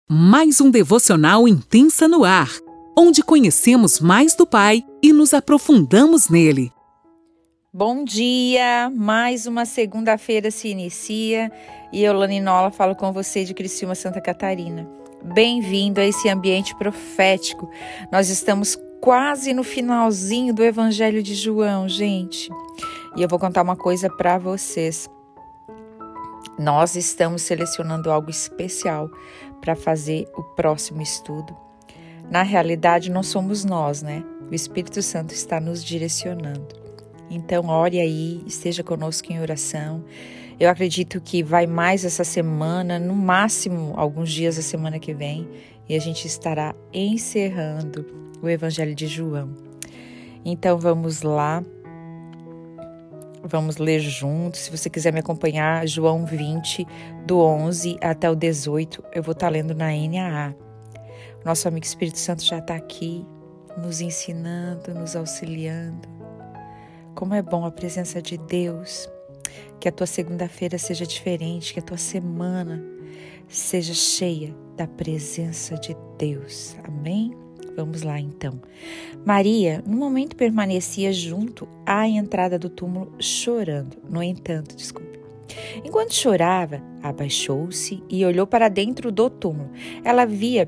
Mais um devocional Intensa no Ar, onde conhecemos mais do Pai e nos aprofundamos nele. Bom dia! Mais uma segunda-feira se inicia e eu, Laninola, falo com você de Criciúma, Santa Catarina. Bem-vindo a esse ambiente profético. Nós estamos quase no finalzinho do Evangelho de João, gente. E eu vou contar uma coisa para vocês. Nós estamos selecionando algo especial para fazer o próximo estudo. Na realidade, não somos nós, né? O Espírito Santo está nos direcionando. Então, ore aí, esteja conosco em oração. Eu acredito que vai mais essa semana, no máximo alguns dias da semana que vem, e a gente estará encerrando o Evangelho de João. Então, vamos lá. Vamos ler juntos. Se você quiser me acompanhar, João 20, do 11 até o 18, eu vou estar lendo na NAA. Nosso amigo Espírito Santo já está aqui, nos ensinando, nos auxiliando. Como é bom a presença de Deus. Que a tua segunda-feira seja diferente, que a tua semana seja cheia da presença de Deus. Amém? Vamos lá, então. Maria, no momento, permanecia junto à entrada do túmulo, chorando. No entanto, enquanto chorava, abaixou-se e olhou para dentro do túmulo. Ela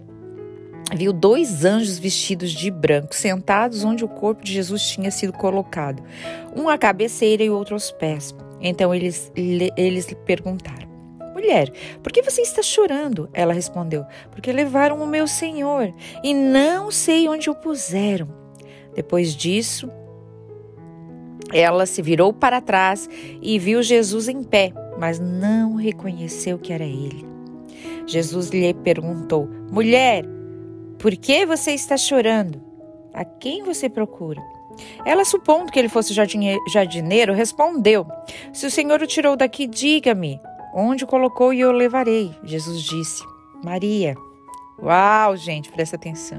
viu 2 anjos vestidos de branco, sentados onde o corpo de Jesus tinha sido colocado, um à cabeceira e o outro aos pés. Então eles lhe perguntaram: mulher, por que você está chorando? Ela respondeu: porque levaram o meu Senhor e não sei onde o puseram. Depois disso, ela se virou para trás e viu Jesus em pé, mas não reconheceu que era ele. Jesus lhe perguntou: mulher, por que você está chorando? A quem você procura? Ela, supondo que ele fosse jardineiro, respondeu: se o Senhor o tirou daqui, diga-me onde o colocou e eu o levarei. Jesus disse: Maria. Uau, gente, presta atenção.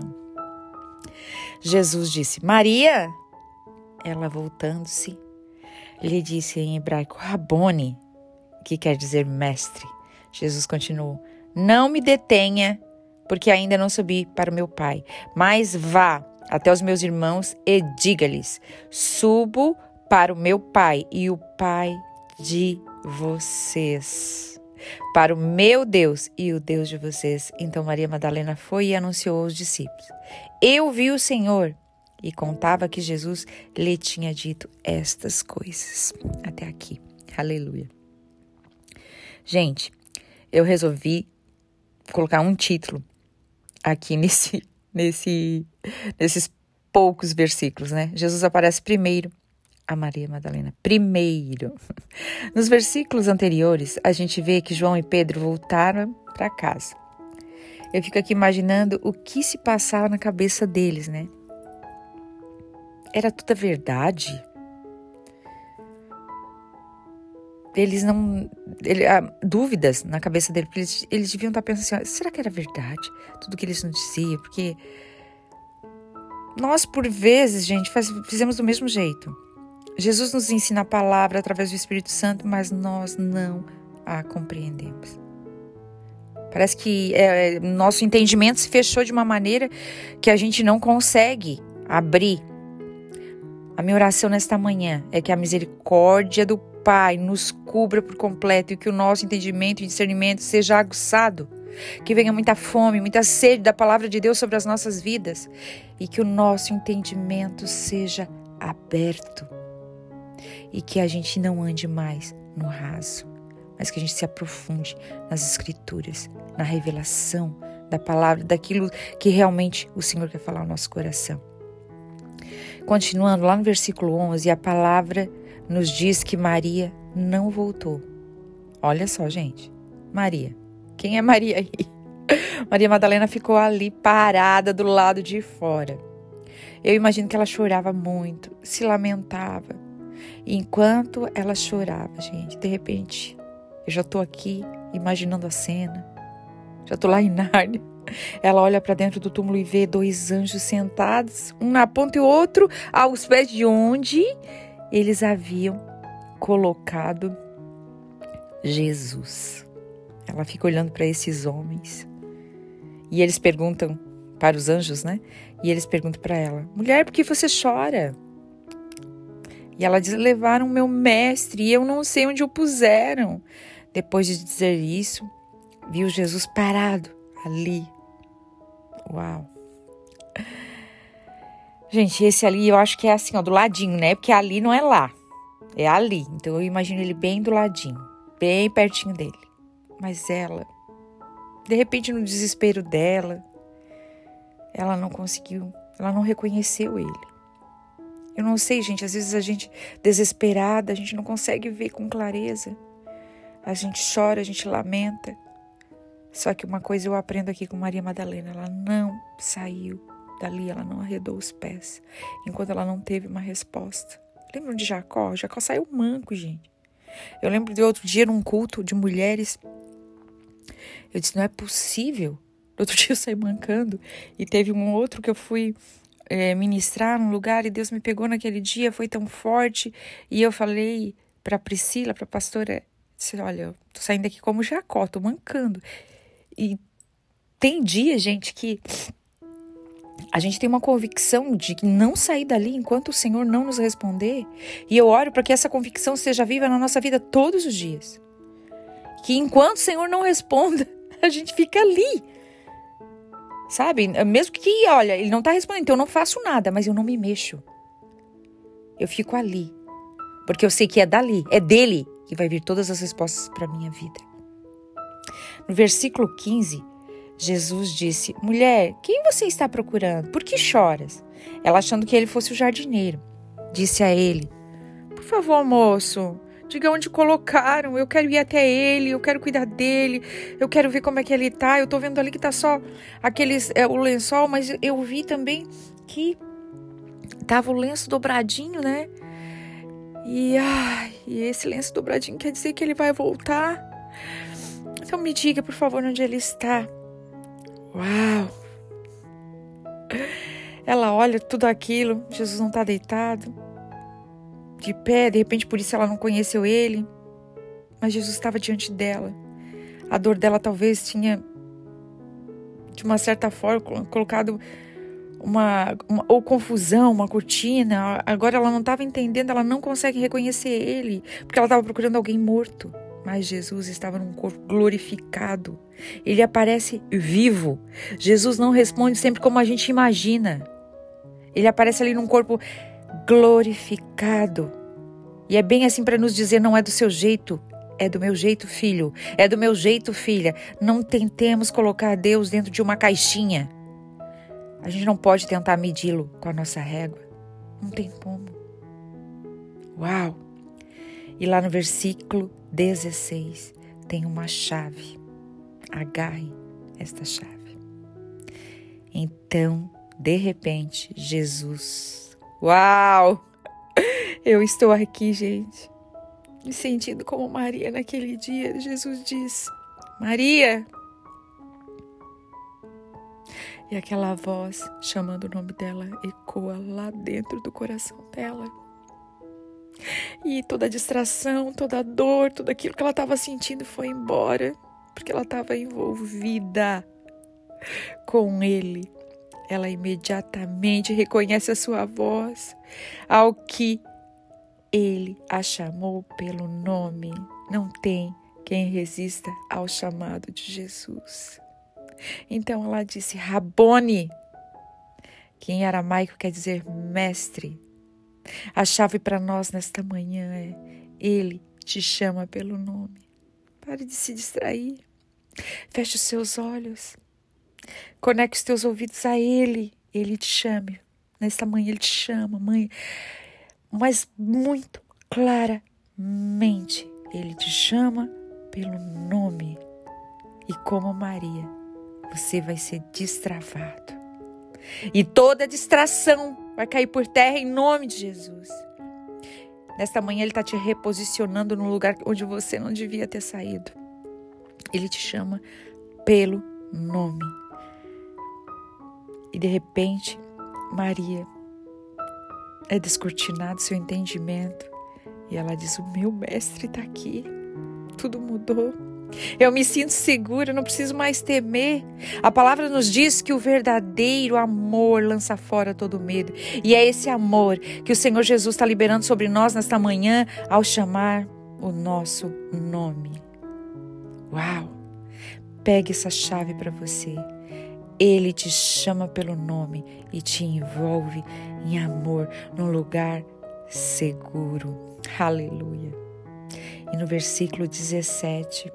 Jesus disse: Maria. Ela, voltando-se, lhe disse em hebraico: Rabone, que quer dizer mestre. Jesus continuou: não me detenha, porque ainda não subi para o meu Pai, mas vá até os meus irmãos e diga-lhes: subo para o meu Pai e o Pai de vocês, para o meu Deus e o Deus de vocês. Então Maria Madalena foi e anunciou aos discípulos: eu vi o Senhor, e contava que Jesus lhe tinha dito estas coisas. Até aqui. Aleluia. Gente, eu resolvi colocar um título aqui nesses poucos versículos, né? Jesus aparece primeiro a Maria Madalena. Primeiro. Nos versículos anteriores, a gente vê que João e Pedro voltaram para casa. Eu fico aqui imaginando o que se passava na cabeça deles, né? Era tudo a verdade? Dúvidas na cabeça deles, porque eles deviam estar pensando assim: será que era verdade tudo que eles nos diziam? Porque nós, por vezes, gente, fizemos do mesmo jeito. Jesus nos ensina a palavra através do Espírito Santo, mas nós não a compreendemos. Parece que nosso entendimento se fechou de uma maneira que a gente não consegue abrir. A minha oração nesta manhã é que a misericórdia do Pai nos cubra por completo e que o nosso entendimento e discernimento seja aguçado, que venha muita fome, muita sede da palavra de Deus sobre as nossas vidas e que o nosso entendimento seja aberto e que a gente não ande mais no raso, mas que a gente se aprofunde nas Escrituras, na revelação da palavra, daquilo que realmente o Senhor quer falar ao nosso coração. Continuando lá no versículo 11, a palavra nos diz que Maria não voltou. Olha só, gente. Maria. Quem é Maria aí? Maria Madalena ficou ali parada do lado de fora. Eu imagino que ela chorava muito, se lamentava. E enquanto ela chorava, gente, de repente, eu já estou aqui imaginando a cena. Já estou lá em Nárnia. Ela olha para dentro do túmulo e vê 2 anjos sentados, um na ponta e o outro aos pés de onde eles haviam colocado Jesus. Ela fica olhando para esses homens E eles perguntam para os anjos, né? E eles perguntam para ela: mulher, por que você chora? E ela diz: levaram meu mestre e eu não sei onde o puseram. Depois de dizer isso, viu Jesus parado ali. Uau! Gente, esse ali eu acho que é assim, ó, do ladinho, né? Porque ali não é lá, é ali. Então eu imagino ele bem do ladinho, bem pertinho dele. Mas ela, de repente no desespero dela, ela não conseguiu, ela não reconheceu ele. Eu não sei, gente, às vezes a gente desesperada, a gente não consegue ver com clareza. A gente chora, a gente lamenta. Só que uma coisa eu aprendo aqui com Maria Madalena, ela não saiu dali, ela não arredou os pés, enquanto ela não teve uma resposta. Lembram de Jacó? Jacó saiu manco, gente. Eu lembro de outro dia num culto de mulheres, eu disse, não é possível. Outro dia eu saí mancando e teve um outro que eu fui ministrar num lugar e Deus me pegou naquele dia, foi tão forte. E eu falei para Priscila, para a pastora, disse, olha, eu tô saindo aqui como Jacó, tô mancando. E tem dia, gente, que a gente tem uma convicção de não sair dali enquanto o Senhor não nos responder. E eu oro para que essa convicção seja viva na nossa vida todos os dias. Que enquanto o Senhor não responda, a gente fica ali. Sabe? Mesmo que, olha, ele não está respondendo, então eu não faço nada, mas eu não me mexo. Eu fico ali. Porque eu sei que é dali, é dele que vai vir todas as respostas para a minha vida. No versículo 15, Jesus disse, mulher, quem você está procurando? Por que choras? Ela achando que ele fosse o jardineiro. Disse a ele, por favor, moço, diga onde colocaram, eu quero ir até ele, eu quero cuidar dele, eu quero ver como é que ele tá. Eu tô vendo ali que tá só o lençol, mas eu vi também que tava o lenço dobradinho, né? E esse lenço dobradinho quer dizer que ele vai voltar? Então me diga, por favor, onde ele está. Uau! Ela olha tudo aquilo, Jesus não tá deitado, de pé, de repente por isso ela não conheceu ele, mas Jesus estava diante dela. A dor dela talvez tinha, de uma certa forma, colocado ou confusão, uma cortina. Agora ela não estava entendendo, ela não consegue reconhecer ele, porque ela estava procurando alguém morto. Mas Jesus estava num corpo glorificado. Ele aparece vivo. Jesus não responde sempre como a gente imagina. Ele aparece ali num corpo glorificado. E é bem assim para nos dizer, não é do seu jeito, é do meu jeito, filho. É do meu jeito, filha. Não tentemos colocar Deus dentro de uma caixinha. A gente não pode tentar medi-lo com a nossa régua. Não tem como. Uau! E lá no versículo 16 tem uma chave. Agarre esta chave. Então, de repente, Jesus... Uau! Eu estou aqui, gente, me sentindo como Maria naquele dia. Jesus diz, Maria! E aquela voz chamando o nome dela ecoa lá dentro do coração dela. E toda a distração, toda a dor, tudo aquilo que ela estava sentindo foi embora, porque ela estava envolvida com ele. Ela imediatamente reconhece a sua voz, ao que ele a chamou pelo nome. Não tem quem resista ao chamado de Jesus. Então ela disse, Rabone, que em aramaico quer dizer mestre. A chave para nós nesta manhã é, ele te chama pelo nome. Pare de se distrair. Feche os seus olhos. Conecte os teus ouvidos a ele. Ele te chama. Nesta manhã ele te chama, mãe. Mas muito claramente ele te chama pelo nome. E como Maria, você vai ser destravado. E toda distração vai cair por terra em nome de Jesus. Nesta manhã ele está te reposicionando no lugar onde você não devia ter saído. Ele te chama pelo nome. E de repente, Maria é descortinado seu entendimento. E ela diz, o meu mestre está aqui. Tudo mudou. Eu me sinto segura, não preciso mais temer. A palavra nos diz que o verdadeiro amor lança fora todo medo. E é esse amor que o Senhor Jesus está liberando sobre nós nesta manhã ao chamar o nosso nome. Uau! Pegue essa chave para você. Ele te chama pelo nome e te envolve em amor, num lugar seguro. Aleluia! E no versículo 17...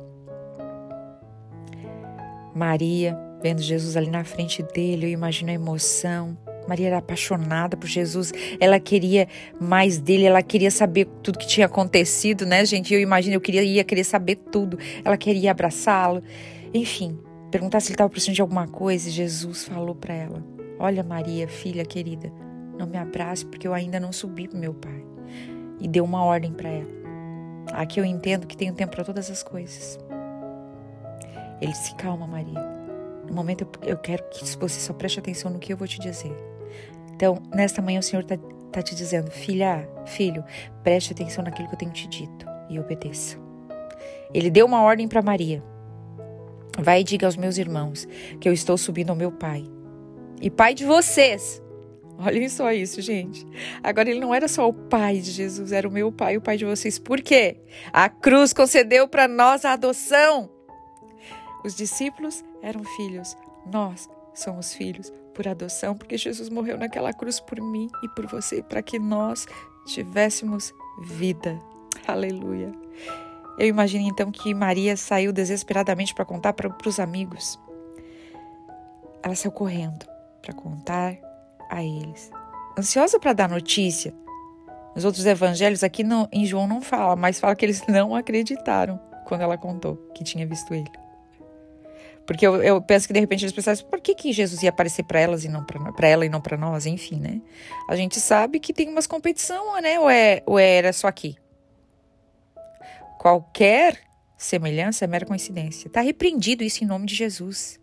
Maria, vendo Jesus ali na frente dele, eu imagino a emoção. Maria era apaixonada por Jesus, ela queria mais dele, ela queria saber tudo que tinha acontecido, né, gente? Eu imagino, ia querer saber tudo, ela queria abraçá-lo, enfim, perguntar se ele estava precisando de alguma coisa. E Jesus falou para ela: olha, Maria, filha querida, não me abrace porque eu ainda não subi para o meu Pai. E deu uma ordem para ela. Aqui eu entendo que tem um tempo para todas as coisas. Ele disse: calma, Maria. No momento eu quero que você só preste atenção no que eu vou te dizer. Então, nesta manhã o Senhor está te dizendo: filho, preste atenção naquilo que eu tenho te dito e obedeça. Ele deu uma ordem para Maria: vai e diga aos meus irmãos que eu estou subindo ao meu Pai e Pai de vocês. Olhem só isso, gente. Agora ele não era só o Pai de Jesus, era o meu Pai e o Pai de vocês. Por quê? A cruz concedeu para nós a adoção. Os discípulos eram filhos, nós somos filhos por adoção, porque Jesus morreu naquela cruz por mim e por você, para que nós tivéssemos vida. Aleluia. Eu imagino então que Maria saiu desesperadamente para contar para os amigos. Ela saiu correndo para contar a eles, ansiosa para dar notícia. Nos outros evangelhos, aqui em João não fala, mas fala que eles não acreditaram quando ela contou que tinha visto ele. Porque eu penso que de repente eles pensaram: por que Jesus ia aparecer para elas e não para ela e não para nós? Enfim, né? A gente sabe que tem umas competição, né? Ou era só aqui? Qualquer semelhança é mera coincidência. Está repreendido isso em nome de Jesus.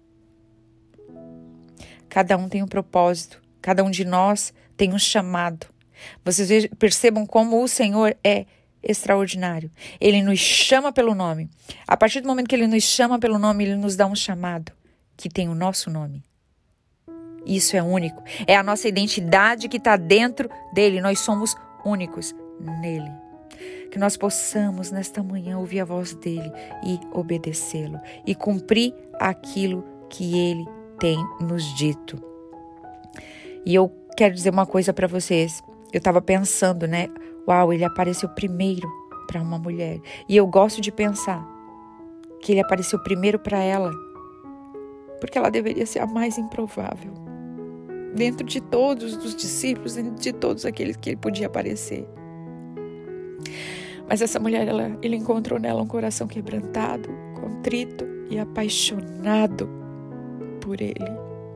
Cada um tem um propósito. Cada um de nós tem um chamado. Vocês percebam como o Senhor é extraordinário. Ele nos chama pelo nome. A partir do momento que ele nos chama pelo nome, ele nos dá um chamado que tem o nosso nome. Isso é único. É a nossa identidade que está dentro dele. Nós somos únicos nele. Que nós possamos nesta manhã ouvir a voz dele e obedecê-lo e cumprir aquilo que ele tem nos dito. E eu quero dizer uma coisa para vocês. Eu estava pensando, né? Uau, ele apareceu primeiro para uma mulher. E eu gosto de pensar que ele apareceu primeiro para ela, porque ela deveria ser a mais improvável. Dentro de todos os discípulos, dentro de todos aqueles que ele podia aparecer. Mas essa mulher, ele encontrou nela um coração quebrantado, contrito e apaixonado por ele.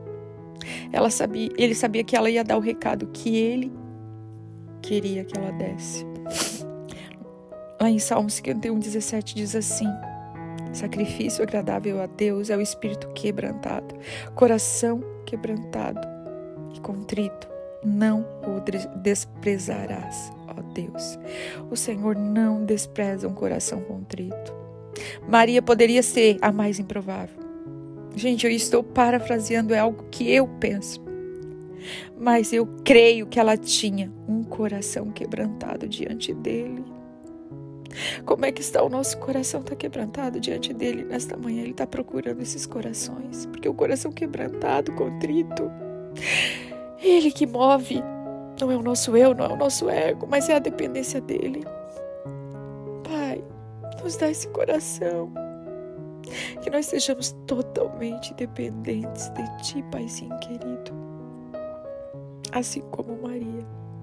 Ele sabia que ela ia dar o recado que ele queria que ela desse. Lá em Salmos 51:17 diz assim: sacrifício agradável a Deus é o espírito quebrantado, coração quebrantado e contrito, não o desprezarás, ó Deus. O Senhor não despreza um coração contrito. Maria poderia ser a mais improvável. Gente, eu estou parafraseando, é algo que eu penso. Mas eu creio que ela tinha um coração quebrantado diante dele. Como é que está o nosso coração? Está quebrantado diante dele nesta manhã. Ele está procurando esses corações, porque o coração quebrantado, contrito, ele que move. Não é o nosso eu, não é o nosso ego, mas é a dependência dele. Pai, nos dá esse coração, que nós sejamos totalmente dependentes de ti, Paizinho querido, assim como Maria.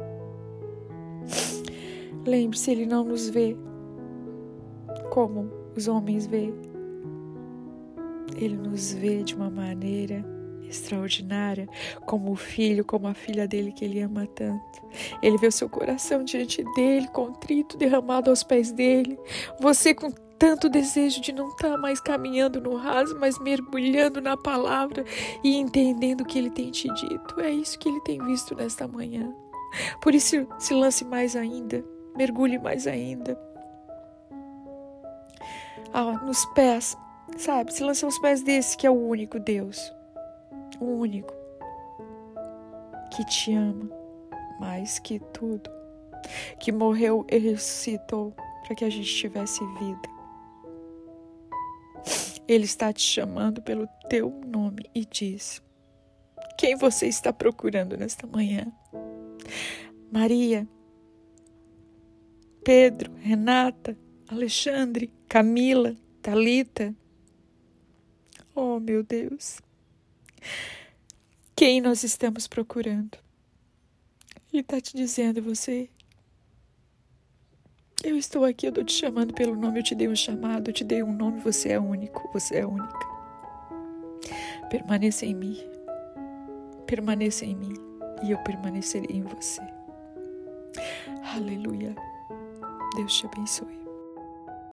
Lembre-se, ele não nos vê como os homens vê. Ele nos vê de uma maneira extraordinária, como o filho, como a filha dele que ele ama tanto. Ele vê o seu coração diante dele, contrito, derramado aos pés dele. Você com tanto desejo de não estar mais caminhando no raso, mas mergulhando na palavra e entendendo o que ele tem te dito. É isso que ele tem visto nesta manhã. Por isso, se lance mais ainda, mergulhe mais ainda. nos pés, sabe? Se lança aos pés desse que é o único Deus, o único que te ama mais que tudo, que morreu e ressuscitou para que a gente tivesse vida. Ele está te chamando pelo teu nome e diz: quem você está procurando nesta manhã? Maria, Pedro, Renata, Alexandre, Camila, Thalita. Oh, meu Deus! Quem nós estamos procurando? Ele está te dizendo, eu estou aqui, eu estou te chamando pelo nome, eu te dei um chamado, eu te dei um nome, você é único, você é única. Permaneça em mim e eu permanecerei em você. Aleluia. Deus te abençoe.